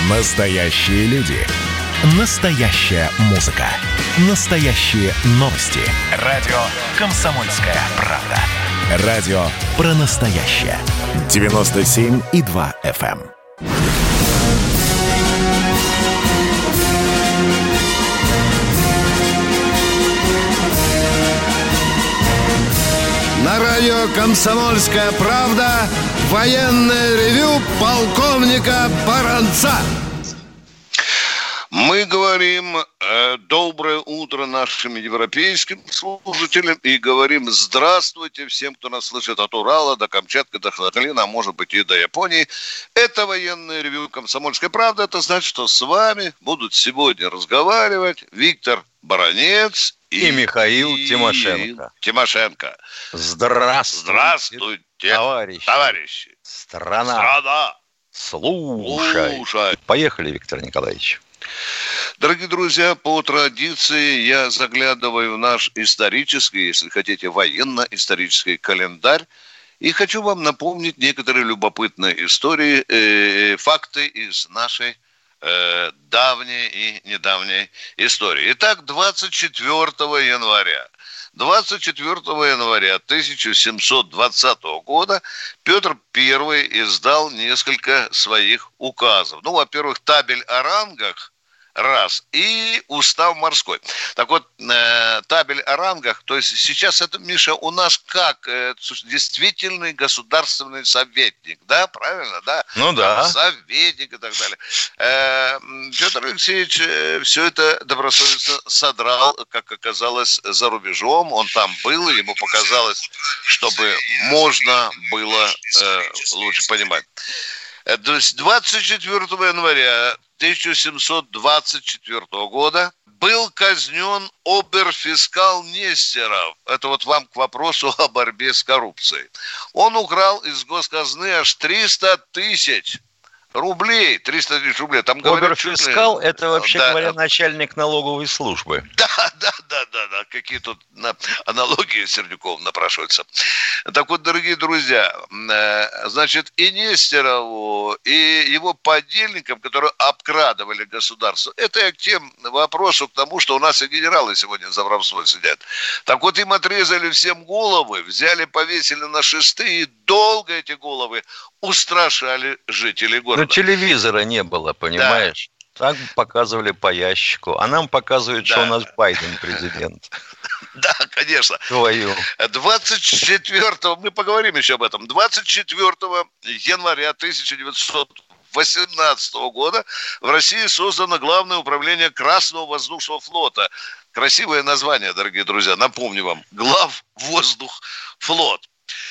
Настоящие люди. Настоящая музыка. Настоящие новости. Радио «Комсомольская правда». Радио про настоящее. 97,2 FM. На радио «Комсомольская правда» военное ревю полковника Баранца. Мы говорим доброе утро нашим европейским слушателям и говорим здравствуйте всем, кто нас слышит от Урала до Камчатки, до Сахалина, а может быть и до Японии. Это военное ревю «Комсомольской правды». Это значит, что с вами будут сегодня разговаривать Виктор Баранец и Михаил Тимошенко. Здравствуйте, товарищи. Страна. Слушай. Поехали, Виктор Николаевич. Дорогие друзья, по традиции я заглядываю в наш исторический, если хотите, военно-исторический календарь и хочу вам напомнить некоторые любопытные истории, факты из нашей давней и недавней истории. Итак, 24 января 1720 года Петр I издал несколько своих указов. Ну, во-первых, табель о рангах, раз, и устав морской. Так вот, табель о рангах, то есть сейчас это, Миша, у нас как действительный государственный советник, да, правильно, да? Ну да. Советник и так далее. Петр Алексеевич все это добросовестно содрал, как оказалось, за рубежом. Он там был, и ему показалось, чтобы можно было лучше понимать. 24 января 1724 года был казнен оберфискал Нестеров. Это вот вам к вопросу о борьбе с коррупцией. Он украл из госказны аж 300 тысяч рублей. 300 тысяч рублей. Там оберфискал – это, вообще говоря, начальник налоговой службы. Да. Какие тут аналогии Сердюков напрашиваются. Так вот, дорогие друзья, значит, и Нестерову, и его подельникам, которые обкрадывали государство, это я к тем вопросу, к тому, что у нас и генералы сегодня за воровство сидят. Так вот, им отрезали всем головы, взяли, повесили на шесты, и долго эти головы устрашали жителей города. Но телевизора не было, понимаешь? Да. Так показывали по ящику. А нам показывают, что у нас Байден президент. Да, конечно. Твою. 24-го, мы поговорим еще об этом, 24 января 1918 года в России создано Главное управление Красного воздушного флота. Красивое название, дорогие друзья, напомню вам. Главвоздухфлот.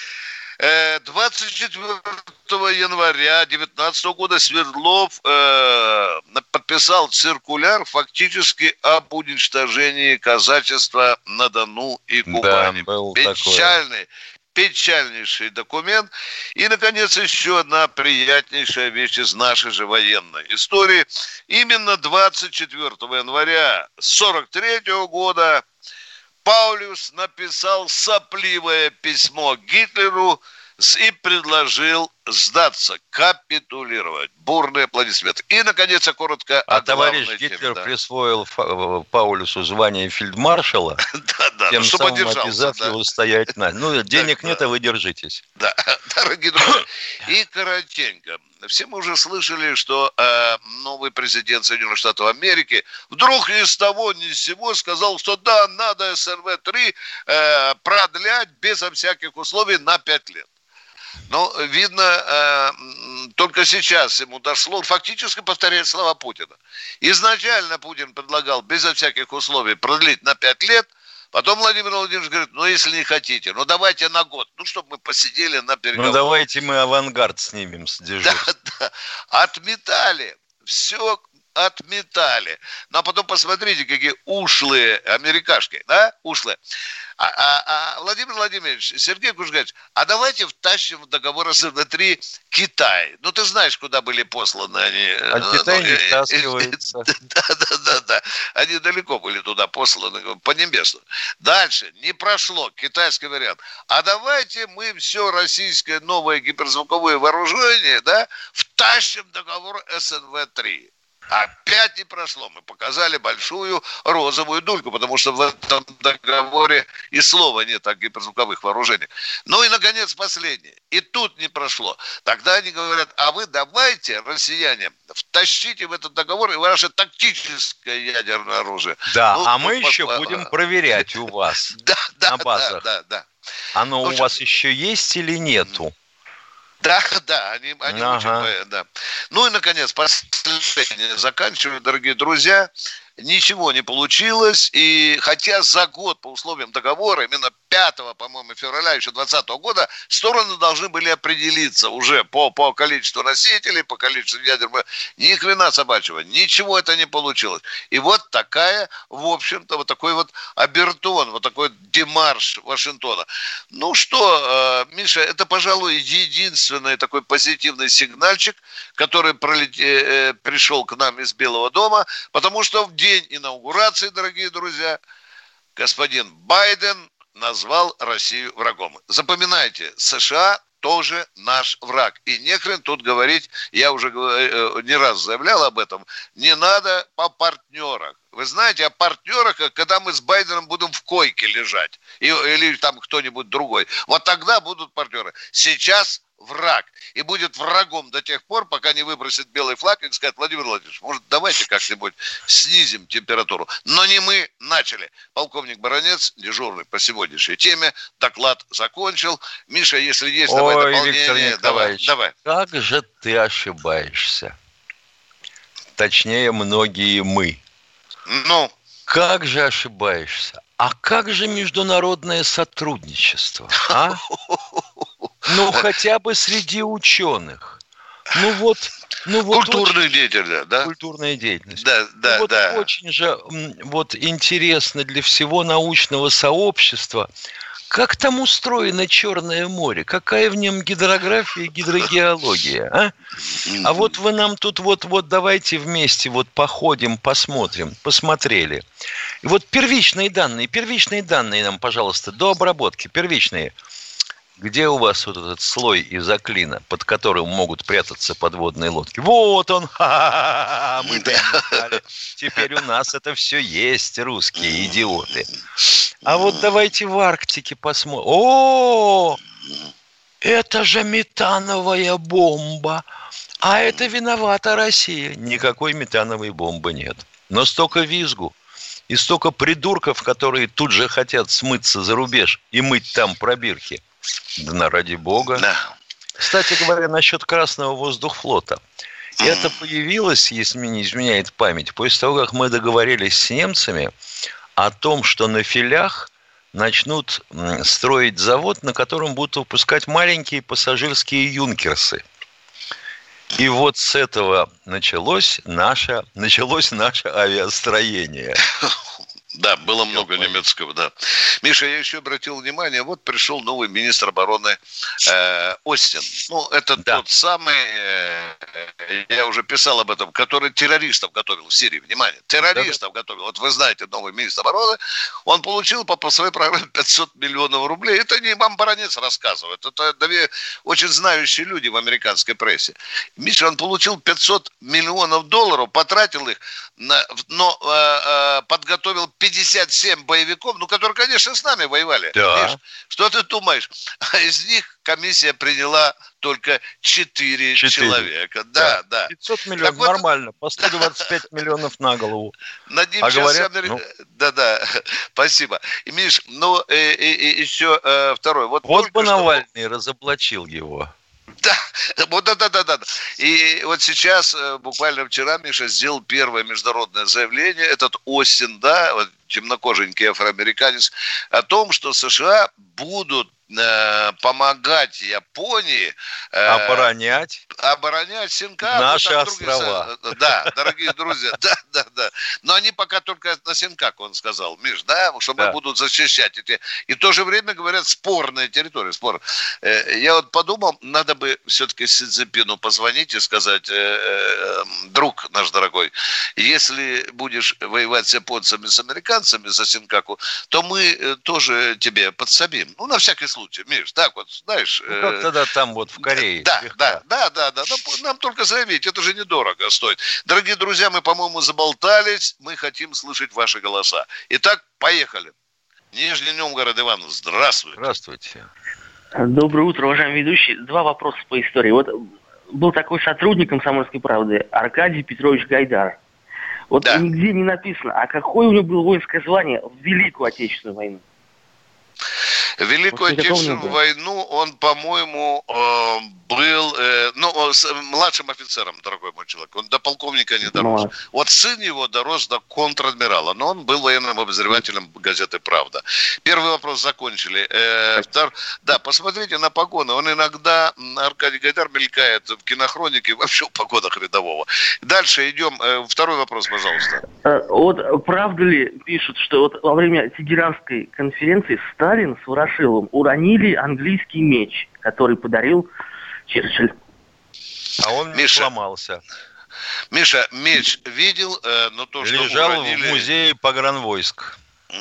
24 января 2019 года Свердлов подписал циркуляр фактически об уничтожении казачества на Дону и Кубани. Да, был печальнейший документ. И, наконец, еще одна приятнейшая вещь из нашей же военной истории. Именно 24 января 1943 года Паулюс написал сопливое письмо Гитлеру и предложил сдаться, капитулировать. Бурные аплодисменты. И, наконец, коротко о товарищ Гитлер присвоил Паулюсу звание фельдмаршала, тем самым обязав его стоять на... Ну, денег нет, а вы держитесь. Да, дорогие друзья. И коротенько. Все мы уже слышали, что новый президент Соединенных Штатов Америки вдруг ни с того ни с сего сказал, что да, надо СРВ-3 продлять безо всяких условий на 5 лет. Но, видно, только сейчас ему дошло, он фактически повторяет слова Путина. Изначально Путин предлагал безо всяких условий продлить на 5 лет, потом Владимир Владимирович говорит, ну, если не хотите, ну, давайте на год, ну, чтобы мы посидели на переговорах. Ну, давайте мы авангард снимем с дежурства. Да. Отметали все отметали. Ну, а потом посмотрите, какие ушлые америкашки, да, ушлые. Владимир Владимирович, Сергей Кужгаевич, а давайте втащим в договор СНВ-3 Китай. Ну, ты знаешь, куда были посланы они. А Китай не втаскивается. Да. Они далеко были туда посланы, по небесу. Дальше, не прошло, китайский вариант. А давайте мы все российское новое гиперзвуковое вооружение, да, втащим в договор СНВ-3. Опять не прошло. Мы показали большую розовую дульку, потому что в этом договоре и слова нет о гиперзвуковых вооружениях. Ну и, наконец, последнее. И тут не прошло. Тогда они говорят, а вы давайте, россияне, втащите в этот договор и ваше тактическое ядерное оружие. Да, ну, мы еще будем проверять у вас на базах. Да. Оно у вас еще есть или нету? Да, они очень, да. Ну и, наконец, последнее заканчиваю, дорогие друзья. Ничего не получилось, и хотя за год по условиям договора, именно 5, по-моему, февраля еще 2020 года, стороны должны были определиться уже по количеству носителей, по количеству ядерных, ни хрена собачьего, ничего это не получилось. И вот такая, в общем-то, вот такой вот обертон, вот такой демарш Вашингтона. Ну что, Миша, это, пожалуй, единственный такой позитивный сигнальчик, который пришел к нам из Белого дома, потому что в день инаугурации, дорогие друзья, господин Байден назвал Россию врагом. Запоминайте, США тоже наш враг. И не хрен тут говорить, я уже не раз заявлял об этом, не надо по партнерах. Вы знаете, о партнерах, когда мы с Байденом будем в койке лежать, или там кто-нибудь другой, вот тогда будут партнеры. Сейчас враг. И будет врагом до тех пор, пока не выбросит белый флаг и не скажет, Владимир Владимирович, может, давайте как-нибудь снизим температуру. Но не мы начали. Полковник Баранец, дежурный по сегодняшней теме, доклад закончил. Миша, если есть, давай дополнение. Виктор Николаевич, как же ты ошибаешься? Точнее, многие мы. Ну? Как же ошибаешься? А как же международное сотрудничество, а? Ну, хотя бы среди ученых. Ну вот культурная деятельность, да? Культурная деятельность. Да. Очень же интересно для всего научного сообщества, как там устроено Черное море, какая в нем гидрография и гидрогеология, а? А вот вы нам тут вот давайте вместе походим, посмотрели. И вот первичные данные нам, пожалуйста, до обработки, первичные. Где у вас вот этот слой изоклина, под которым могут прятаться подводные лодки? Вот он! Мы не знали. Теперь у нас это все есть, русские идиоты. А вот давайте в Арктике посмотрим. О, это же метановая бомба. А это виновата Россия. Никакой метановой бомбы нет. Но столько визгу и столько придурков, которые тут же хотят смыться за рубеж и мыть там пробирки. Да ради бога. Да. Кстати говоря, насчет Красного воздухфлота. Это появилось, если мне не изменяет память, после того, как мы договорились с немцами о том, что на филях начнут строить завод, на котором будут выпускать маленькие пассажирские юнкерсы. И вот с этого началось наше авиастроение. Да, было много немецкого, да. Миша, я еще обратил внимание, вот пришел новый министр обороны Остин. Ну, это тот самый, я уже писал об этом, который террористов готовил в Сирии. Внимание, террористов готовил. Вот вы знаете, новый министр обороны, он получил по своей программе 500 миллионов рублей. Это не вам Баранец рассказывает, это очень знающие люди в американской прессе. Миша, он получил 500 миллионов долларов, потратил их, но подготовил 57 боевиков, которые, конечно, с нами воевали. Да. Видишь, что ты думаешь? А из них комиссия приняла только 4 человека. Да. 500 миллионов, так нормально. По 125 миллионов на голову. Над ним сейчас говорят, Да, спасибо. И, Миш, и еще второй. Вот бы Навальный разоблачил его. Да. И вот сейчас, буквально вчера, Миша сделал первое международное заявление, этот Остин, темнокоженький афроамериканец, о том, что США будут помогать Японии оборонять Синкапу. Наши острова. Да, дорогие друзья, да. Но они пока только на Синкаку, он сказал, Миш, да, что мы будут защищать эти. И в то же время, говорят, спорные территории. Я вот подумал, надо бы все-таки Си Цзиньпину позвонить и сказать, друг наш дорогой, если будешь воевать с японцами, с американцами за Синкаку, то мы тоже тебе подсобим. Ну, на всякий случай, Миш, так вот, знаешь. Ну, как тогда там вот в Корее. Да. Нам только заявить, это же недорого стоит. Дорогие друзья, мы, по-моему, заболтались, мы хотим слышать ваши голоса. Итак, поехали. Нижний Новгород, Иван, здравствуйте. Здравствуйте. Доброе утро, уважаемые ведущие. 2 вопроса по истории. Вот был такой сотрудник «Комсомольской правды» Аркадий Петрович Гайдар. Вот нигде не написано, а какое у него было воинское звание в Великую Отечественную войну? Великую Отечественную войну он, по-моему, был младшим офицером, дорогой мой человек. Он до полковника не дорос. Вот сын его дорос до контр-адмирала, но он был военным обозревателем газеты «Правда». Первый вопрос закончили. Да, посмотрите на погоны. Он иногда, Аркадий Гайдар, мелькает в кинохронике, вообще в погонах рядового. Дальше идем. Второй вопрос, пожалуйста. Вот правда ли пишут, что вот во время Тегеранской конференции Сталин с Ворошиловым уронили английский меч, который подарил Черчилль? А он не сломался. Миша, меч видел, но то, что лежал уронили... в музее погранвойск.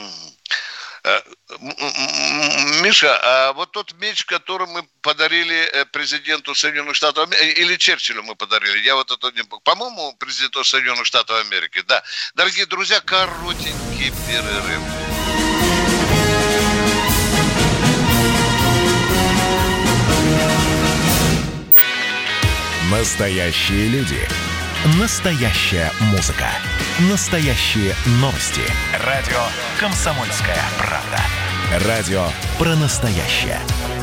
Миша, а вот тот меч, который мы подарили президенту Соединенных Штатов Америки, или Черчиллю мы подарили, я вот это не помню. По-моему, президенту Соединенных Штатов Америки, да. Дорогие друзья, коротенький перерыв. Настоящие люди. Настоящая музыка. Настоящие новости. Радио «Комсомольская правда». Радио про настоящее.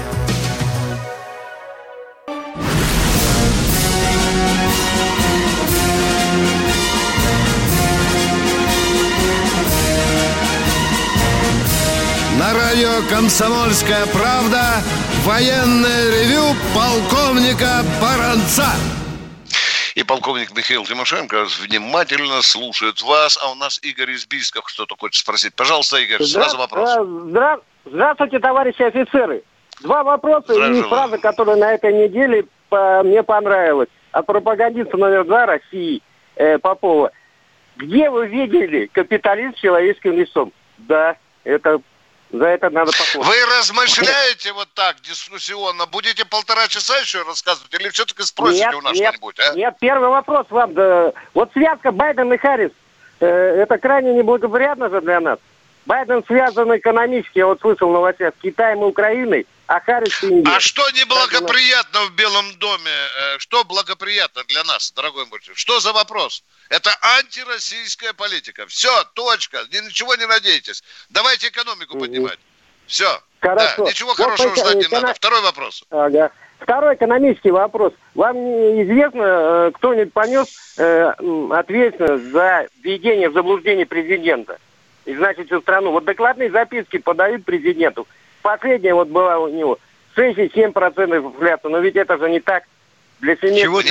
На радио «Комсомольская правда» военное ревю полковника Баранца. И полковник Михаил Тимошенко внимательно слушает вас. А у нас Игорь из Бийска что-то хочет спросить. Пожалуйста, Игорь, сразу вопрос. Здравствуйте, товарищи офицеры. 2 вопроса и фраза, которая на этой неделе мне понравилась. От пропагандиста номер 2 России Попова. Где вы видели капитализм с человеческим лицом? Да, за это надо похвалить. Вы размышляете вот так дискуссионно? Будете 1,5 часа еще рассказывать? Или все-таки спросите у нас что-нибудь? А? Нет, первый вопрос вам. Вот связка Байден и Харрис, это крайне неблагоприятно же для нас. Байден связан экономически, я вот слышал в новостях, с Китаем и Украиной, а Харрис с Индией. А что неблагоприятно в Белом доме? Что благоприятно для нас, дорогой мой человек? Что за вопрос? Это антироссийская политика. Все, точка. Ничего не надейтесь. Давайте экономику поднимать. Все. Хорошо. Да, ничего хорошего ждать не надо. Второй вопрос. Ага. Второй экономический вопрос. Вам известно, кто-нибудь понес ответственность за введение в заблуждение президента? И, значит, всю страну. Вот докладные записки подают президенту. Последняя вот была у него 6,7% инфляция. Но ведь это же не так. Для семей... Чего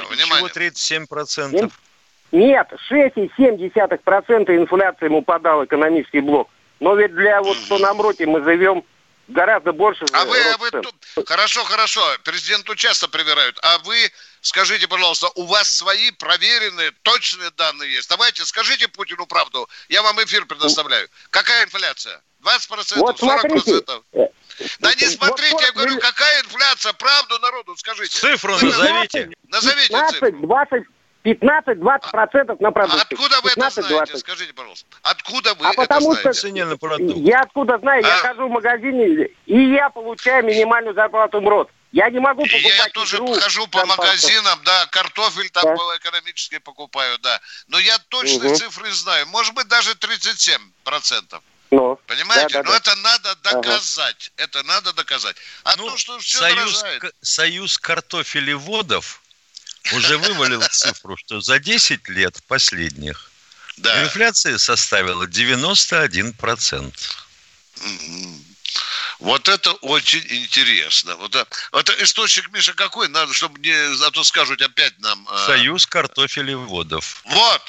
37%? Нет, 6,7% инфляции ему подал экономический блок. Но ведь для вот что на МРОТе мы живем гораздо больше. А вы хорошо. Президенту часто привирают. А вы скажите, пожалуйста, у вас свои проверенные, точные данные есть? Давайте, скажите Путину правду. Я вам эфир предоставляю. Какая инфляция? 20%, вот 40%? Да не смотрите, я говорю, какая инфляция? Правду народу скажите. Цифру назовите. Назовите 15, цифру. 15-20% на продукты. Откуда вы это знаете? Скажите, пожалуйста. Откуда вы это потому знаете? Что я откуда знаю? Я хожу в магазине, и я получаю минимальную зарплату МРОТ. Я не могу покупать. Я тоже хожу по магазинам, да, картофель там экономически покупаю, да. Но я точно цифры знаю. Может быть, даже 37%. Понимаете? Да. Но это надо доказать. Это надо доказать. А то, что все дорожает. Союз картофелеводов уже вывалил цифру, что за 10 лет последних инфляция составила 91%. Вот это очень интересно. Это источник, Миша, какой? Надо, чтобы не... А то скажут опять нам... Союз картофелеводов. Вот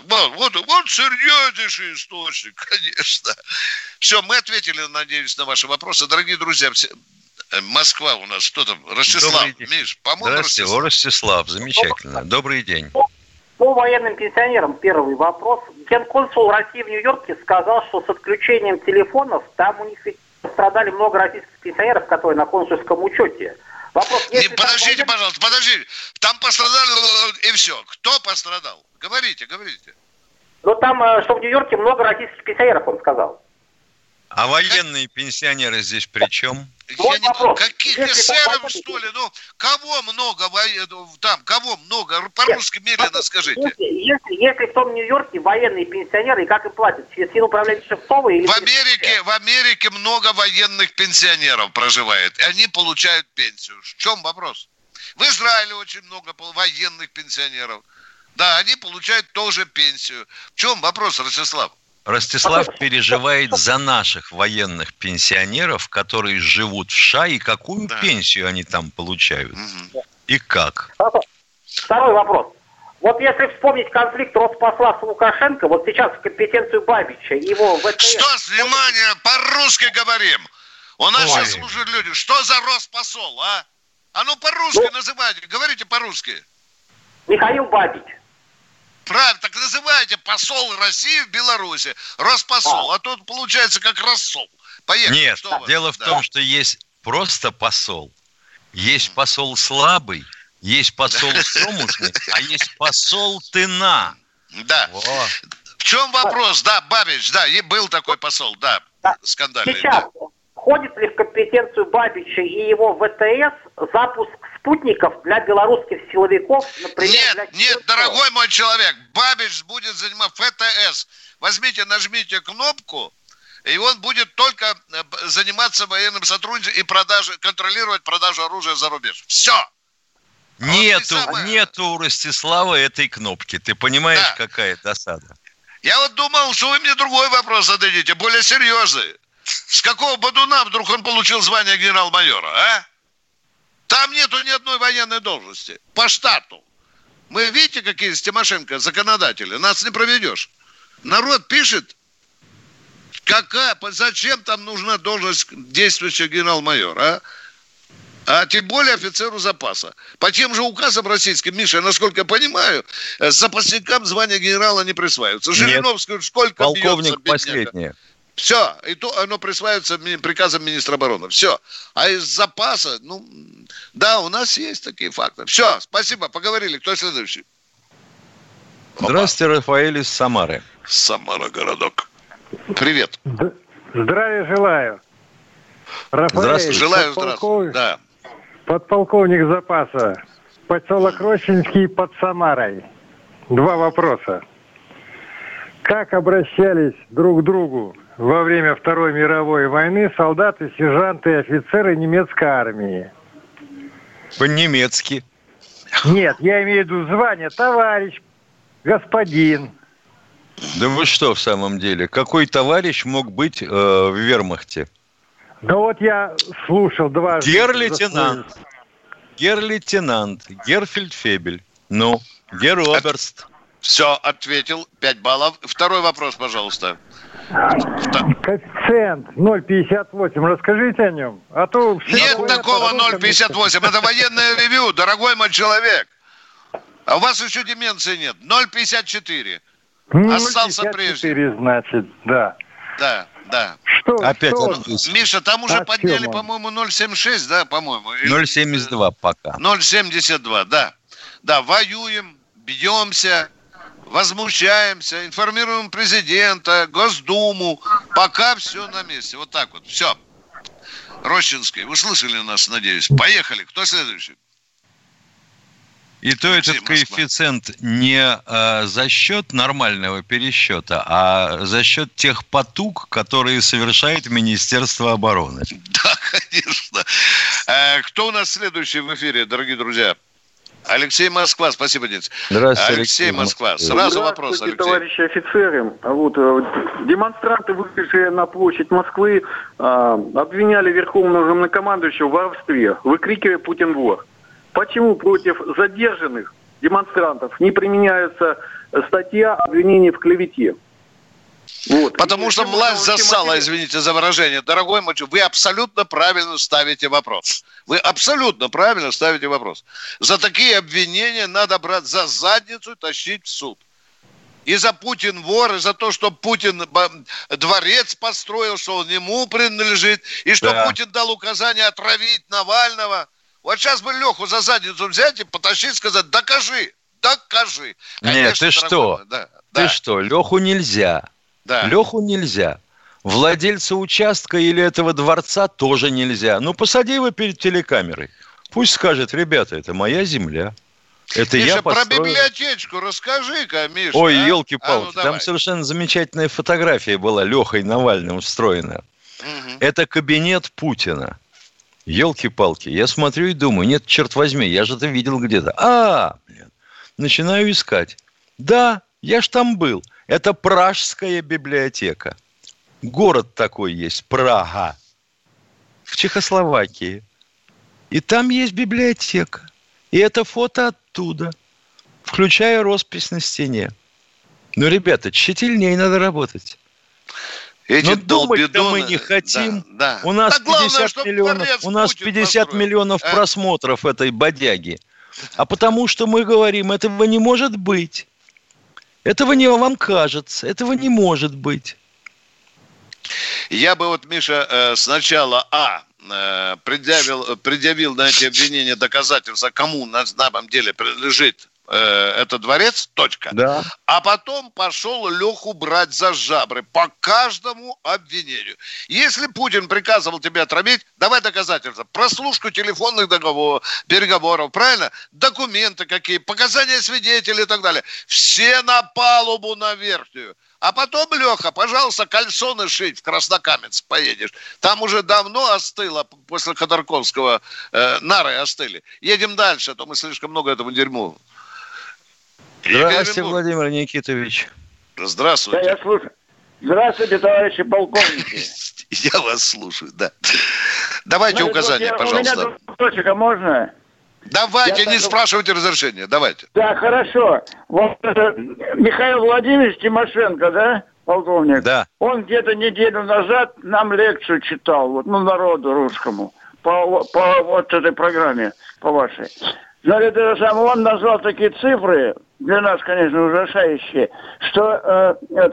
серьезнейший источник, конечно. Все, мы ответили, надеюсь, на ваши вопросы. Дорогие друзья, Москва у нас, кто там? Ростислав. Миш, по-моему, Ростислав. Ростислав, замечательно. Добрый день. По военным пенсионерам первый вопрос. Генконсул России в Нью-Йорке сказал, что с отключением телефонов там у них пострадали много российских пенсионеров, которые на консульском учете. Вопрос, подождите, пожалуйста, Там пострадали и все. Кто пострадал? Говорите. Ну там, что в Нью-Йорке много российских пенсионеров, он сказал. А военные пенсионеры здесь при чем? Вот вопрос. Каких эсеров, что ли? Ну, кого много там? Кого много? По-русски медленно скажите. Если в том Нью-Йорке военные пенсионеры, и как им платят? Через финуправление Шевцова или... В Америке много военных пенсионеров проживает. Они получают пенсию. В чем вопрос? В Израиле очень много военных пенсионеров. Да, они получают тоже пенсию. В чем вопрос, Ростислав? Ростислав переживает за наших военных пенсионеров, которые живут в США, и какую пенсию они там получают. И как? Второй вопрос. Вот если вспомнить конфликт Роспосла с Лукашенко, вот сейчас в компетенцию Бабича, его ВТС... Что, внимание, по-русски говорим. У нас сейчас слушают люди. Что за Роспосол, а? А ну по-русски называйте, говорите по-русски. Михаил Бабич. Правильно, так называйте посол России в Беларуси. Роспосол, а тут получается как рассол. Поехали. Нет, дело в том, что есть просто посол. Есть посол слабый, есть посол сомушный, а есть посол тына. Да. В чем вопрос? Да, Бабич, да, и был такой посол, да, скандальный. Сейчас входит ли в компетенцию Бабича и его ВТС запуск спутников для белорусских силовиков, например... Нет, дорогой мой человек, Бабич будет заниматься ФТС. Возьмите, нажмите кнопку, и он будет только заниматься военным сотрудничеством и контролировать продажу оружия за рубеж. Все. Нету у Ростислава этой кнопки. Ты понимаешь, какая досада? Я вот думал, что вы мне другой вопрос зададите, более серьезный. С какого бодуна вдруг он получил звание генерал-майора, а? Там нету ни одной военной должности. По штату. Мы, видите, какие с Тимошенко законодатели? Нас не проведешь. Народ пишет, зачем там нужна должность действующего генерал-майора, а тем более офицеру запаса. По тем же указам российским, Миша, насколько я понимаю, запасникам звания генерала не присваиваются. Жириновскую сколько полковник бьется, последнее. Все, и то оно присваивается приказом министра обороны. Все. А из запаса, да, у нас есть такие факты. Все, спасибо, поговорили. Кто следующий? Здравствуйте, Рафаэль из Самары. Самара, городок. Привет. Здравия желаю. Рафаэль, здравствуйте. Желаю здравствуйте. Да. Подполковник запаса. Поселок Рощинский под Самарой. 2 вопроса. Как обращались друг к другу во время Второй мировой войны солдаты, сержанты и офицеры немецкой армии? По-немецки. Нет, я имею в виду звание товарищ, господин. Да вы что в самом деле? Какой товарищ мог быть в вермахте? Да вот я слушал дважды. Гер-лейтенант, гер-фельдфебель, гер-оберст. Все, ответил. 5 баллов. Второй вопрос, пожалуйста. Коэффициент 0,58. Расскажите о нем. А то нет такого 0,58. Это военное ревью, дорогой мой человек. А у вас еще деменции нет. 0,54. Остался прежде. 0,54, значит, да. Да. Что? Опять Миша, там уже подняли, по-моему, 0,76, да, по-моему. 0,72 пока. 0,72, да. Да, воюем, бьемся, возмущаемся, информируем президента, Госдуму. Пока все на месте. Вот так вот. Все. Рощинский, вы слышали нас, надеюсь. Поехали. Кто следующий? И то этот коэффициент не за счет нормального пересчета, а за счет тех потуг, которые совершает Министерство обороны. Да, конечно. Кто у нас следующий в эфире, дорогие друзья? Алексей Москва, спасибо, Денис. Здравствуйте, Алексей Москва. Сразу вопрос, Алексей. Товарищи офицеры. Демонстранты вышли на площадь Москвы, обвиняли верховного главнокомандующего в воровстве, выкрикивая «Путин вор». Почему против задержанных демонстрантов не применяется статья обвинений в клевете? Потому что власть засала, извините за выражение. Дорогой мой, вы абсолютно правильно ставите вопрос. За такие обвинения надо брать за задницу и тащить в суд. И за Путин вор, и за то, что Путин дворец построил, что он ему принадлежит, и что Путин дал указание отравить Навального. Вот сейчас бы Леху за задницу взять и потащить, сказать: докажи. Конечно, нет, ты что? Ты что? Леху нельзя. Да. Леху нельзя. Владельца участка или этого дворца тоже нельзя. Ну, посади его перед телекамерой. Пусть скажет: ребята, это моя земля. Это Миша, я построил. Про библиотечку расскажи-ка, Миша. Ой, елки-палки, там давай. Совершенно замечательная фотография была Лехой Навальным встроена. Это кабинет Путина. Елки-палки. Я смотрю и думаю: нет, черт возьми, я же это видел где-то. Начинаю искать. Да, я ж там был. Это Пражская библиотека. Город такой есть, Прага, в Чехословакии. И там есть библиотека. И это фото оттуда, включая роспись на стене. Ну, ребята, тщательнее надо работать. Но думать-то мы не хотим. Да. У нас 50 миллионов просмотров этой бодяги. А потому что мы говорим: этого не может быть. Этого не вам кажется. Этого не может быть. Я бы Миша, сначала предъявил на эти обвинения доказательства, кому на самом деле принадлежит этот дворец, точка. Да. А потом пошел Леху брать за жабры по каждому обвинению. Если Путин приказывал тебе отравить, давай доказательства. Прослушку телефонных переговоров, правильно? Документы какие, показания свидетелей и так далее. Все на палубу на верхнюю. А потом, Леха, пожалуйста, кальсоны шить, в Краснокаменск поедешь. Там уже давно остыло, после Ходорковского нары остыли. Едем дальше, а то мы слишком много этому дерьму. Здравствуйте, Владимир Никитович. Здравствуйте. Я слушаю. Здравствуйте, товарищи полковники. Я вас слушаю, да. Давайте указания, пожалуйста. У меня точка, можно? Давайте, не спрашивайте разрешения, давайте. Да, хорошо. Вот Михаил Владимирович Тимошенко, да, полковник? Да. Он где-то неделю назад нам лекцию читал, народу русскому, по этой программе, по вашей. Значит, он назвал такие цифры, для нас, конечно, ужасающие, что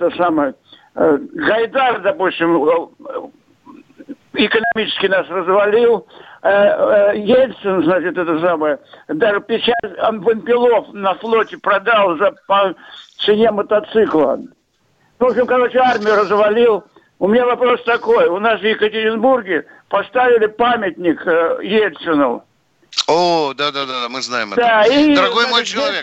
Гайдар, допустим, экономически нас развалил, Ельцин, значит, даже 50 вымпелов на флоте продал по цене мотоцикла. В общем, армию развалил. У меня вопрос такой. У нас в Екатеринбурге поставили памятник Ельцину. О, да, мы знаем это. Да, дорогой мой человек,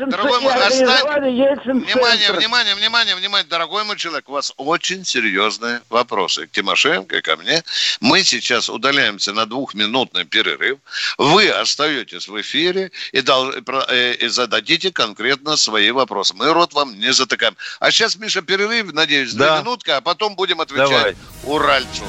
внимание, дорогой мой человек, у вас очень серьезные вопросы к Тимошенко и ко мне. Мы сейчас удаляемся на 2-минутный перерыв. Вы остаетесь в эфире и зададите конкретно свои вопросы. Мы рот вам не затыкаем. А сейчас, Миша, перерыв, надеюсь, 2 минутки, а потом будем отвечать уральцу.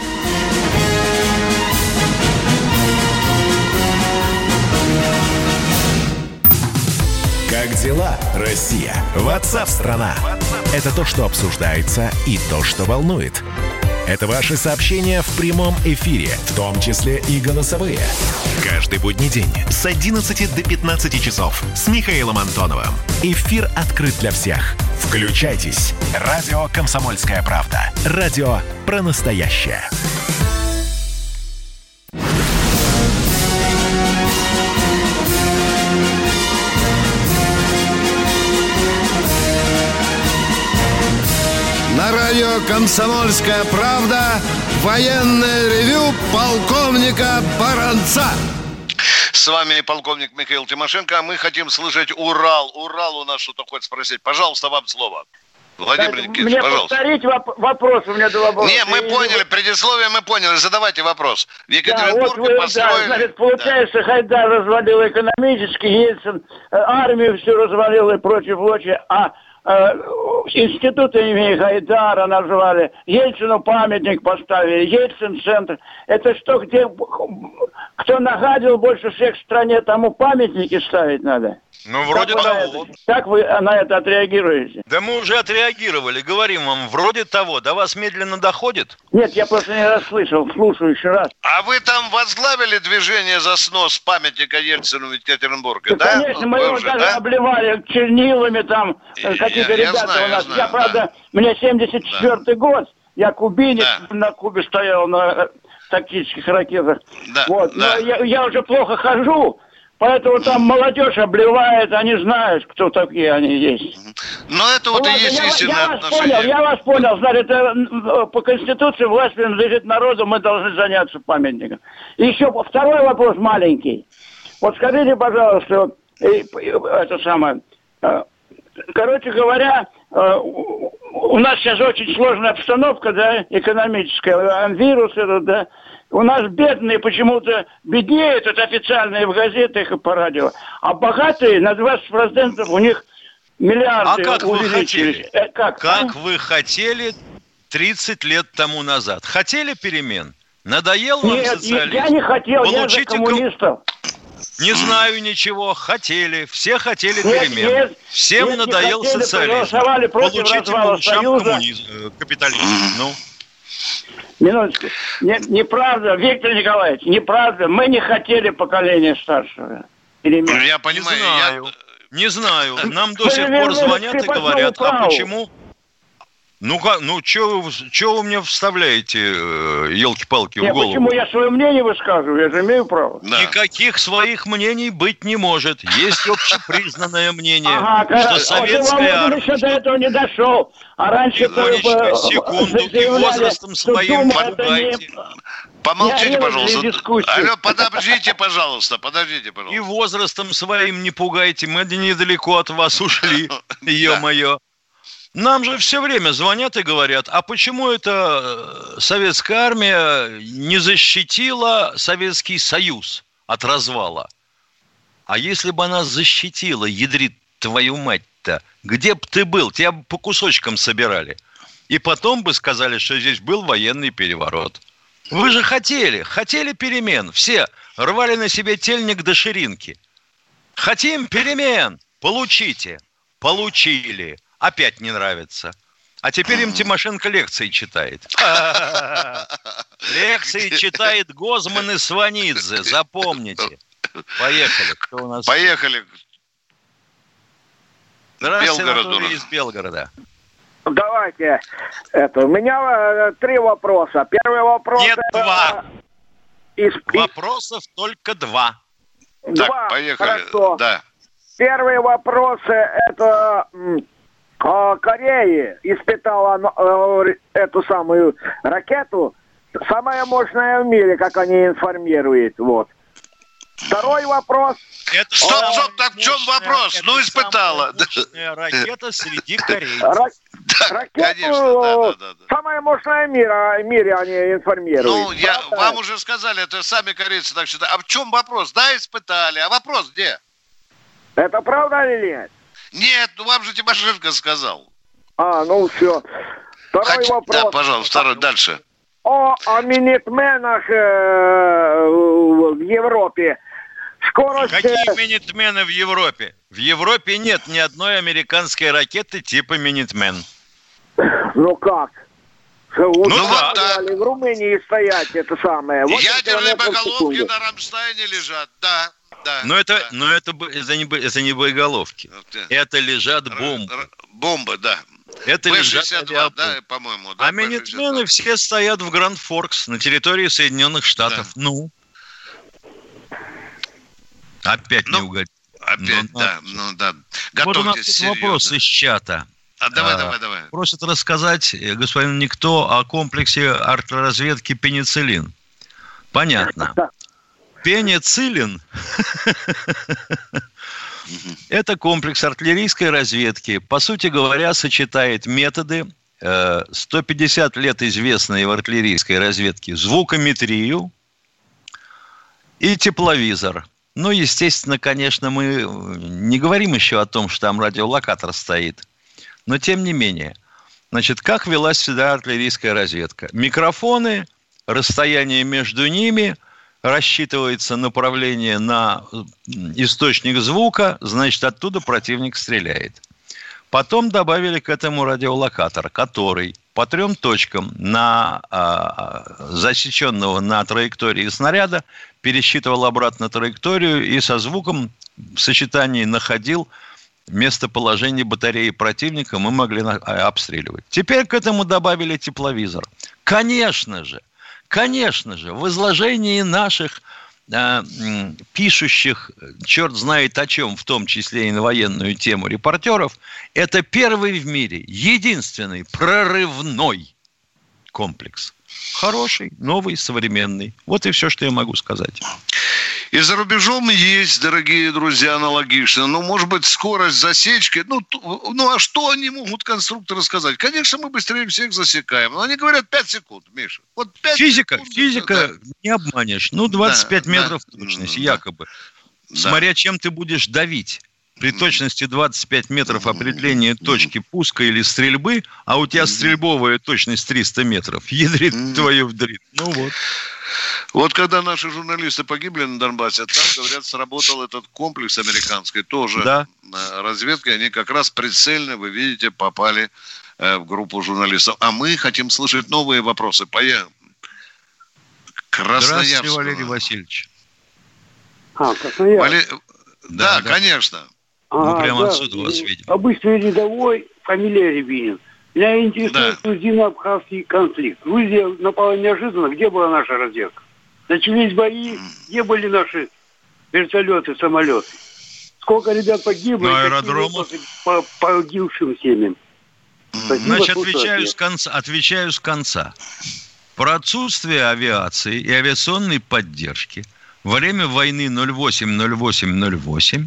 Как дела, Россия? WhatsApp-страна! Это то, что обсуждается и то, что волнует. Это ваши сообщения в прямом эфире, в том числе и голосовые. Каждый будний день с 11 до 15 часов с Михаилом Антоновым. Эфир открыт для всех. Включайтесь. Радио «Комсомольская правда». Радио про настоящее. На радио «Комсомольская правда» военное ревю полковника Баранца. С вами полковник Михаил Тимошенко. Мы хотим слышать Урал. Урал у нас что-то хочет спросить. Пожалуйста, вам слово. Владимир Никитич, мне пожалуйста. Повторить вопрос у меня был. Не, мы поняли, предисловие мы поняли. Задавайте вопрос. В Екатеринбурге построили... значит, получается, Хайдар развалил экономически, Ельцин армию всю развалил и прочее, а институт имени Гайдара назвали, Ельцину памятник поставили, Ельцин-центр. Это что, где кто нагадил больше всех в стране, тому памятники ставить надо? Ну, вроде того. Как вы на это отреагируете? Да мы уже отреагировали, говорим вам, вроде того. До вас медленно доходит? Нет, я просто не расслышал, слушаю еще раз. А вы там возглавили движение за снос памятника Ельцину в Екатеринбурге, да? Конечно, мы его даже обливали чернилами, там какие-то ребята у нас. Я, правда, мне 74-й год, я кубинец, на Кубе стоял на тактических ракетах. Вот. Но я уже плохо хожу. Поэтому там молодежь обливает, они знают, кто такие они есть. Но это вот и есть истинное отношение. Я вас понял. Значит, по Конституции власть принадлежит народу, мы должны заняться памятником. И еще второй вопрос маленький. Вот скажите, пожалуйста, это самое... Короче говоря, у нас сейчас очень сложная обстановка, да, экономическая, вирус этот, да. У нас бедные почему-то беднеют, это официальные в газетах и по радио, а богатые на 20% у них миллиарды увеличились. Как вы хотели 30 лет тому назад? Хотели перемен? Надоел вам социализм? Нет, я не хотел, я за коммунистов. Не знаю ничего. Хотели. Все хотели перемен. Всем надоел социализм. Получите по ушам капитализм. Ну. Минуточку. Неправда, Виктор Николаевич, неправда. Мы не хотели поколения старшего. Перемен. Я понимаю. Не знаю. Нам до сих пор звонят и говорят, а почему... Что вы мне вставляете, елки-палки, в голову? Почему я свое мнение высказываю? Я же имею право. Да. Никаких своих мнений быть не может. Есть общепризнанное мнение, что советская армия... еще до этого не дошел. А раньше... Секунду, и возрастом своим не пугайте. Помолчите, пожалуйста. Алло, подождите, пожалуйста. И возрастом своим не пугайте. Мы недалеко от вас ушли. Ё-моё. Нам же все время звонят и говорят, а почему это советская армия не защитила Советский Союз от развала? А если бы она защитила, ядрит твою мать-то, где бы ты был? Тебя бы по кусочкам собирали. И потом бы сказали, что здесь был военный переворот. Вы же хотели перемен. Все рвали на себе тельник до ширинки. Хотим перемен. Получите. Получили. Опять не нравится. А теперь им Тимошенко лекции читает. Лекции читает Гозман и Сванидзе. Запомните. Поехали. Кто у нас? Поехали. Здравствуйте, Анатолий из Белгорода. Давайте. У меня 3 вопроса. Первый вопрос... Нет, 2. Вопросов только 2. Так, поехали. Хорошо. Да. Первый вопрос это... Корея испытала эту самую ракету, самая мощная в мире, как они информируют. Вот. Второй вопрос. Стоп, так в чем вопрос? Ну, испытала. Ракета среди корейцев. Ракету самая мощная в мире они информируют. Ну, вам уже сказали, это сами корейцы так считают. А в чем вопрос? Да, испытали. А вопрос где? Это правда или нет? Нет, вам же Тимошенко сказал. Все. Второй вопрос. Да, пожалуйста, второй, дальше. О минитменах в Европе. Скорость... Какие минитмены в Европе? В Европе нет ни одной американской ракеты типа Минитмен. Ну как? Вот так. В Румынии стоять это самое. Ядерные боеголовки на Рамштайне лежат, да. Но это не боеголовки. Это лежат бомбы. Бомбы, да. Это лежат Б-62, да, по-моему. Да, а минитмены все стоят в Гранд-Форкс на территории Соединенных Штатов. Да. Ну. Опять не угодил. Опять, да. Готовьтесь вот у нас серьезно. Вопрос из чата. Давай. Просят рассказать, господин Никто, о комплексе артразведки «Пенициллин». Понятно. Пенициллин Это комплекс артиллерийской разведки. По сути говоря, сочетает методы 150 лет известные в артиллерийской разведке звукометрию и тепловизор. Ну, естественно, конечно, мы не говорим еще о том, что там радиолокатор стоит. Но тем не менее. Значит, как велась всегда артиллерийская разведка? Микрофоны, расстояние между ними, рассчитывается направление на источник звука, значит, оттуда противник стреляет. Потом добавили к этому радиолокатор, который по 3 точкам засеченного на траектории снаряда пересчитывал обратно траекторию и со звуком в сочетании находил местоположение батареи противника, мы могли обстреливать. Теперь к этому добавили тепловизор. Конечно же, в изложении наших пишущих, черт знает о чем, в том числе и на военную тему репортеров, это первый в мире, единственный прорывной комплекс. Хороший, новый, современный. Вот и все, что я могу сказать. И за рубежом есть, дорогие друзья, аналогично. Ну, может быть, скорость засечки. Ну, а что они могут, конструкторы, сказать? Конечно, мы быстрее всех засекаем. Но они говорят 5 секунд, Миша. Вот 5 физика, да. Не обманешь. Ну, 25 метров точности, якобы. Да. Смотря чем ты будешь давить. При точности 25 метров определения точки пуска или стрельбы, а у тебя стрельбовая точность 300 метров. Ядрит твою вдрит. Ну вот. Вот когда наши журналисты погибли на Донбассе, там, говорят, сработал этот комплекс американский, тоже разведка, они как раз прицельно, вы видите, попали в группу журналистов. А мы хотим слышать новые вопросы. Здравствуйте, Валерий Васильевич. Красноярск. Да, конечно. Мы прямо отсюда вас видим. Обычный рядовой, фамилия Рябинин. Меня интересует грузино-абхазский конфликт. Грузия напала неожиданно. Где была наша разведка? Начались бои. Где были наши вертолеты, самолеты? Сколько ребят погибло? На аэродромах. По погибшим семьям. Значит, отвечаю с конца. Про отсутствие авиации и авиационной поддержки во время войны 08-08-08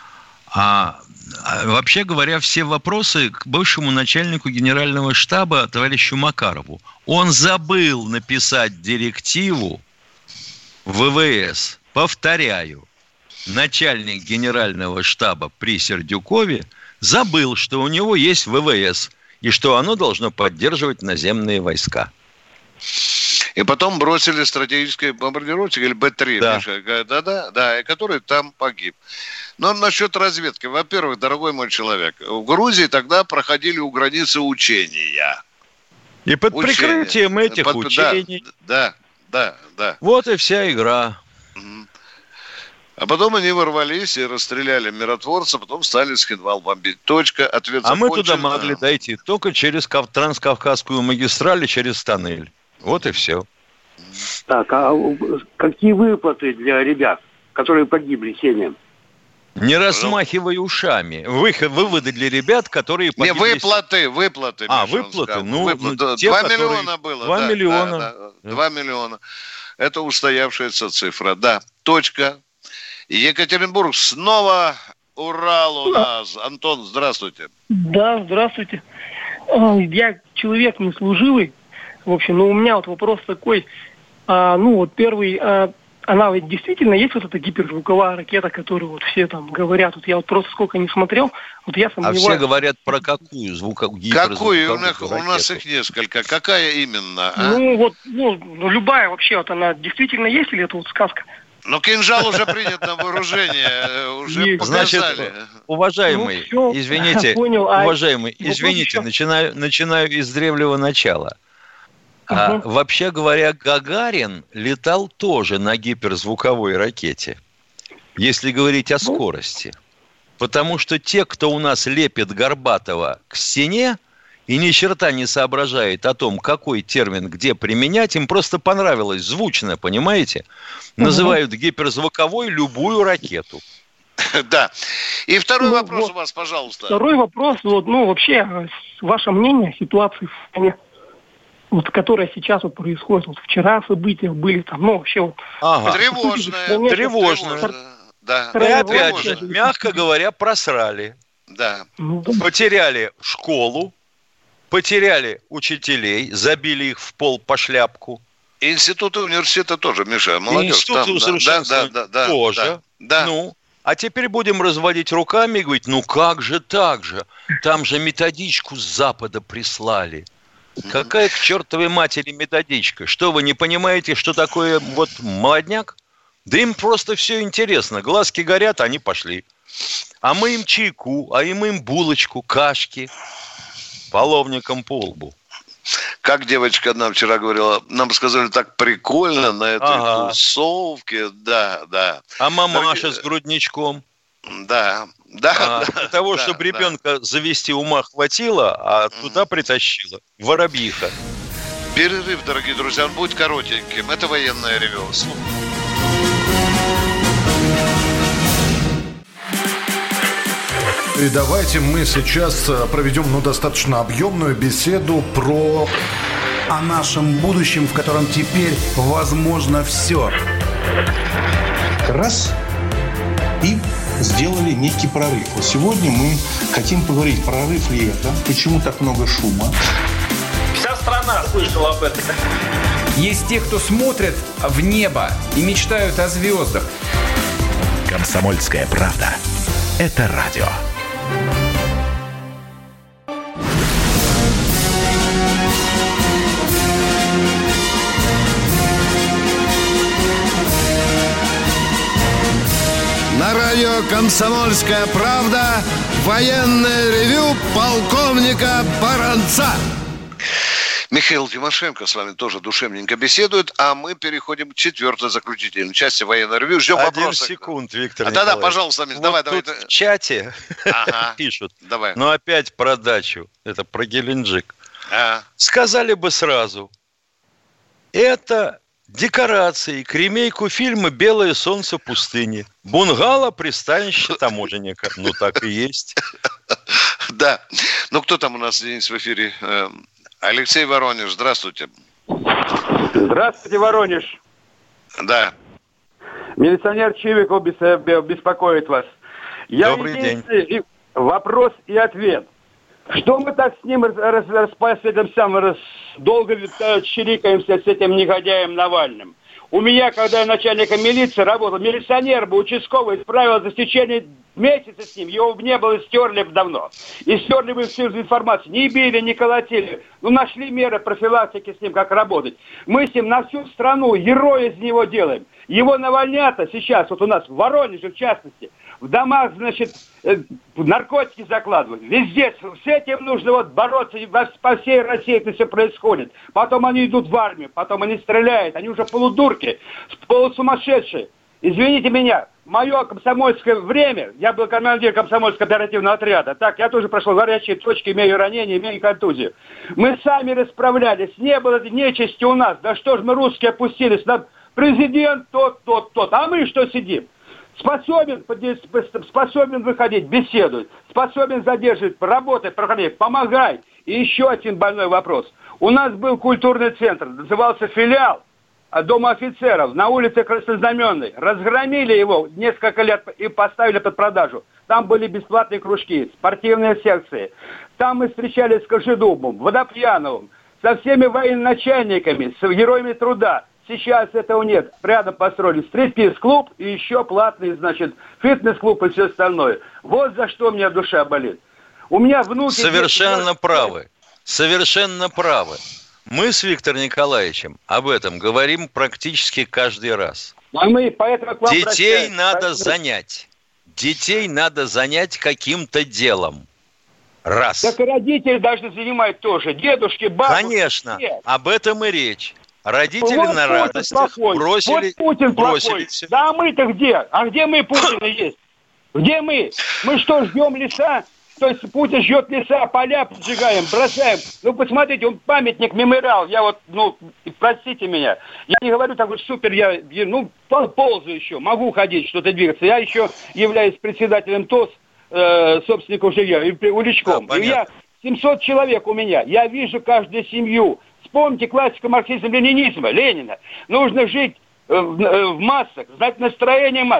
вообще говоря, все вопросы к бывшему начальнику генерального штаба товарищу Макарову. Он забыл написать директиву ВВС. Повторяю, начальник генерального штаба при Сердюкове забыл, что у него есть ВВС и что оно должно поддерживать наземные войска. И потом бросили стратегический бомбардировщик, или Б-3, да, который там погиб. Но насчет разведки. Во-первых, дорогой мой человек, в Грузии тогда проходили у границы учения. И под прикрытием этих учений. Да. Вот и вся игра. А потом они ворвались и расстреляли миротворца, потом стали Схинвал бомбить. Ответ закончен. Мы туда могли дойти только через Транскавказскую магистраль и через тоннель. Вот и все. Так, а какие выплаты для ребят, которые погибли семьям? Не размахивай ушами. Выводы для ребят, которые погибли. Не, выплаты. Выплаты. 2 миллиона было. 2 миллиона. 2 миллиона. Это устоявшаяся цифра. Да, точка. Екатеринбург снова Урал у нас. Антон, здравствуйте. Да, здравствуйте. Я человек неслуживый. В общем, у меня вот вопрос такой. Первый... Она ведь действительно есть вот эта гиперзвуковая ракета, которую вот все там говорят. Вот я вот просто сколько не смотрел, вот я сомневаюсь. А все говорят про какую гиперзвуковую какую? У нас их несколько. Какая именно? Любая вообще. Вот она действительно есть или это вот сказка? Но кинжал уже принят на вооружение, уже показали. Значит, уважаемый, извините, начинаю из древнего начала. Вообще говоря, Гагарин летал тоже на гиперзвуковой ракете, если говорить о скорости. Потому что те, кто у нас лепит Горбатова к стене и ни черта не соображает о том, какой термин где применять, им просто понравилось звучно, понимаете? Называют гиперзвуковой любую ракету. Да. И второй вопрос у вас, пожалуйста. Второй вопрос, вообще, ваше мнение о ситуации в стране. Вот, которая сейчас вот происходит. Вот вчера события были там, вообще вот... Тревожное. Да. И опять же, мягко говоря, просрали. Да. Потеряли школу, потеряли учителей, забили их в пол по шляпку. Институты университета тоже, Миша, молодежь. Институты усовершенствования тоже. Да. Ну, а теперь будем разводить руками и говорить, ну как же так же? Там же методичку с Запада прислали. Какая к чертовой матери методичка? Что, вы не понимаете, что такое вот молодняк? Да им просто все интересно. Глазки горят, они пошли. А мы им чайку, а им булочку, кашки. Половником по лбу. Как девочка одна вчера говорила, нам сказали так прикольно на этой тусовке. Да. А мамаша с грудничком? Да. Для того, чтобы ребенка завести, ума хватило, а туда притащила воробьиха. Перерыв, дорогие друзья, он будет коротеньким. Это военное ревю. И давайте мы сейчас проведем достаточно объемную беседу о нашем будущем, в котором теперь возможно все. Раз и сделали некий прорыв. Вот сегодня мы хотим поговорить, прорыв ли это, почему так много шума. Вся страна слышала об этом. Есть те, кто смотрят в небо и мечтают о звездах. «Комсомольская правда» – это радио. На радио «Комсомольская правда» военное ревю полковника Баранца. Михаил Тимошенко с вами тоже душевненько беседует, а мы переходим к четвертой заключительной части военного ревью. Ждем вопросы. 1 секунд, Виктор Николаевич. Да, пожалуйста, Миш, вот давай. Тут в чате пишут, но опять про дачу, это про Геленджик. Сказали бы сразу, это декорации к ремейку фильма «Белое солнце пустыни». Бунгало, пристанище таможенника. Ну, так и есть. Да. Ну, кто там у нас здесь в эфире? Алексей Воронеж, здравствуйте. Здравствуйте, Воронеж. Да. Милиционер Чивиков беспокоит вас. Добрый день. Вопрос и ответ. Что мы так с ним долго чирикаемся с этим негодяем Навальным? У меня, когда я начальником милиции работал, милиционер бы, участковый, исправил за течение месяца с ним, его бы не было, стерли бы давно. И стерли бы всю информацию. Не били, не колотили. Ну, нашли меры профилактики с ним, как работать. Мы с ним на всю страну героя из него делаем. Его навальнята сейчас, вот у нас в Воронеже, в частности, в домах, значит, наркотики закладывают. Везде с этим нужно бороться. По всей России это все происходит. Потом они идут в армию, потом они стреляют. Они уже полудурки, полусумасшедшие. Извините меня, мое комсомольское время, я был командир комсомольского оперативного отряда. Так, я тоже прошел горячие точки, имею ранения, имею контузию. Мы сами расправлялись. Не было нечисти у нас. Да что ж мы русские опустились? Нам президент тот. А мы что сидим? Способен выходить, беседовать, способен задерживать, работать, проходить, помогай. И еще один больной вопрос. У нас был культурный центр, назывался филиал Дома офицеров на улице Краснознаменной. Разгромили его несколько лет и поставили под продажу. Там были бесплатные кружки, спортивные секции. Там мы встречались с Кожедубом, Водопьяновым, со всеми военачальниками, с героями труда. Сейчас этого нет. Рядом построили стриптиз-клуб и еще платный, значит, фитнес-клуб и все остальное. Вот за что у меня душа болит. У меня внуки... Совершенно правы. Совершенно правы. Мы с Виктором Николаевичем об этом говорим практически каждый раз. А мы поэтому к вам Детей надо занять. Детей надо занять каким-то делом. Раз. Так и родители должны занимать тоже. Дедушки, бабушки. Конечно. Нет. Об этом и речь. Родители вот на радостях бросили, вот Путин бросили все. Да мы-то где? А где мы, Путина, есть? Где мы? Мы что, ждем леса? То есть Путин ждет леса, поля поджигаем, бросаем. Ну, посмотрите, он памятник, мемориал. Я вот, простите меня. Я не говорю так вот супер, я ползаю еще, могу ходить, что-то двигаться. Я еще являюсь председателем ТОС, собственником жилья, уличком. Да, и я 700 человек у меня. Я вижу каждую семью. Вспомните классику марксизма-ленинизма, Ленина. Нужно жить в массах, знать настроение масс,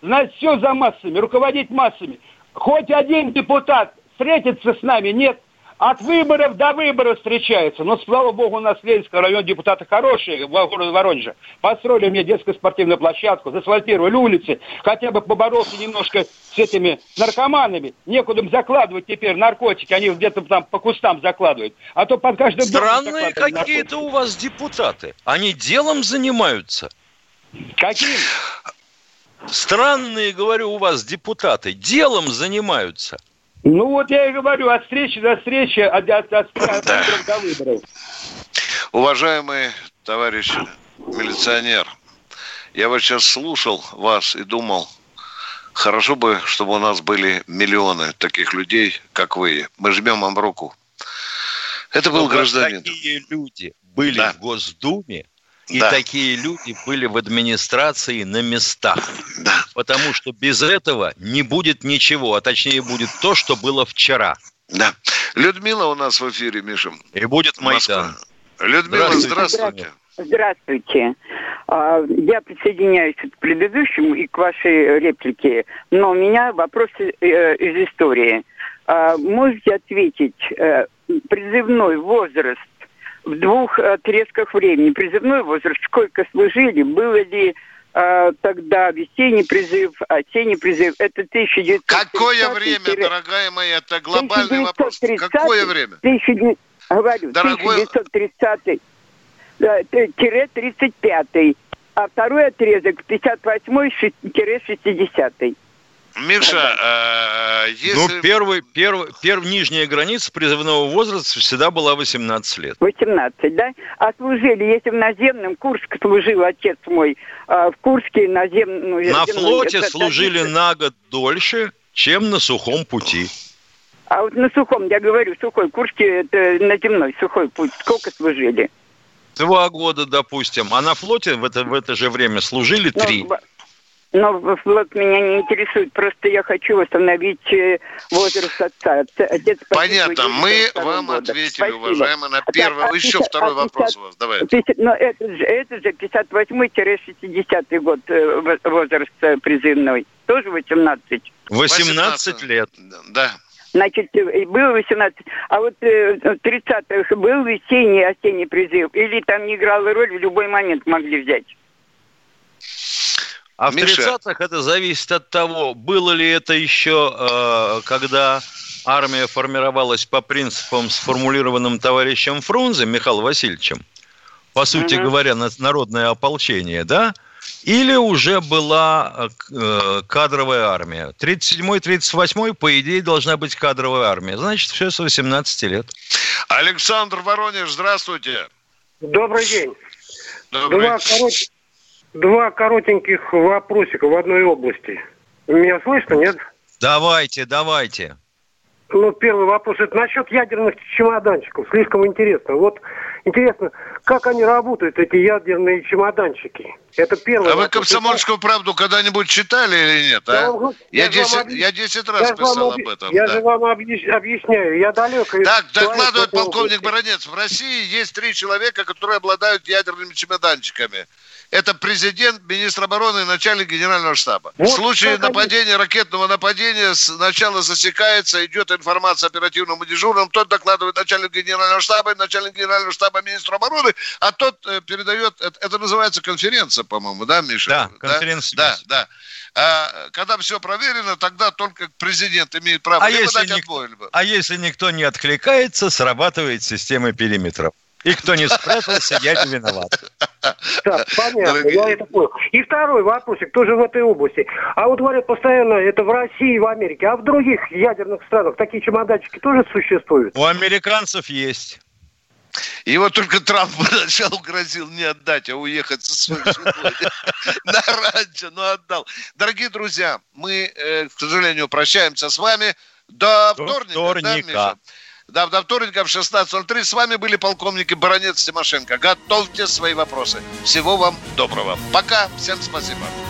знать все за массами, руководить массами. Хоть один депутат встретится с нами, нет. От выборов до выборов встречаются. Но, слава богу, у нас в Ленинском районе депутаты хорошие, в городе Воронеже. Построили мне детскую спортивную площадку, заасфальтировали улицы. Хотя бы поборолся немножко с этими наркоманами. Некуда им закладывать теперь наркотики. Они где-то там по кустам закладывают. А то под каждым домом странные какие-то у вас депутаты. Они делом занимаются. Каким? Странные, говорю, у вас депутаты. Делом занимаются. Ну вот я и говорю, от встречи до встречи, от выборов до выборов. Уважаемый товарищ милиционер, я вот сейчас слушал вас и думал, хорошо бы, чтобы у нас были миллионы таких людей, как вы. Мы жмем вам руку. Это был гражданин. Такие люди были в Госдуме, и такие люди были в администрации на местах. Да. Потому что без этого не будет ничего, а точнее будет то, что было вчера. Да. Людмила у нас в эфире, Миша. И будет Майдан. Людмила, здравствуйте. Здравствуйте. Я присоединяюсь к предыдущему и к вашей реплике, но у меня вопрос из истории. Можете ответить, призывной возраст в двух отрезках времени. Призывной возраст, сколько служили, было ли тогда весенний призыв, осенний призыв, это 1930. Какое время, дорогая моя, это глобальный вопрос. Какое время? Говорю, 1930-35, а второй отрезок 58-60. Миша, если... первая нижняя граница призывного возраста всегда была 18 лет. 18, да? А служили, если в наземном, Курск служил отец мой, в Курске наземном... На флоте служили на год дольше, чем на сухом пути. А вот на сухом, я говорю, сухой, Курске это наземной, сухой путь, сколько служили? 2 года, допустим. А на флоте в это же время служили 3. Но флот меня не интересует. Просто я хочу восстановить возраст отца. Отец понятно. Мы вам ответили, спасибо, уважаемый, на первый. Еще второй вопрос у вас. Давайте. Но это же 58-60 год возраст призывной. Тоже 18. 18 лет. Да. Значит, было 18. А вот в 30-х был весенний, осенний призыв? Или там не играла роль, в любой момент могли взять? А в 30-х это зависит от того, было ли это еще, когда армия формировалась по принципам, сформулированным товарищем Фрунзе, Михаилом Васильевичем, по сути говоря, народное ополчение, да? Или уже была кадровая армия. 37-38, по идее, должна быть кадровая армия. Значит, все с 18 лет. Александр, Воронеж, здравствуйте. Добрый день. Добрый. Два коротеньких вопросика в одной области. Меня слышно, нет? Давайте. Ну, первый вопрос, это насчет ядерных чемоданчиков. Слишком интересно. Вот интересно, как они работают, эти ядерные чемоданчики? Это первый вопрос. Вы «Комсомольскую правду» когда-нибудь читали или нет? А? Я 10 раз писал об этом. Я же вам объясняю, я далеко... Так, докладывает полковник Баранец. В России есть 3 человека, которые обладают ядерными чемоданчиками. Это президент, министр обороны и начальник генерального штаба. Вот в случае нападения, ракетного нападения, сначала засекается, идет информация оперативному дежурному, тот докладывает начальнику генерального штаба, и начальник генерального штаба министру обороны, а тот передает, это называется конференция, по-моему, да, Миша? Да, конференция. Да. А когда все проверено, тогда только президент имеет право либо дать отбой. А если никто не откликается, срабатывает система периметров. И кто не спрятался, я не виноват. Так, понятно, я это понял. И второй вопросик, тоже в этой области. А вот говорят постоянно, это в России и в Америке. А в других ядерных странах такие чемоданчики тоже существуют? У американцев есть. Его только Трамп поначалу грозил не отдать, а уехать со своей женой на ранчо, но отдал. Дорогие друзья, мы, к сожалению, прощаемся с вами до вторника. Да, до вторника в 16:03. С вами были полковники Баранец, Тимошенко. Готовьте свои вопросы. Всего вам доброго. Пока. Всем спасибо.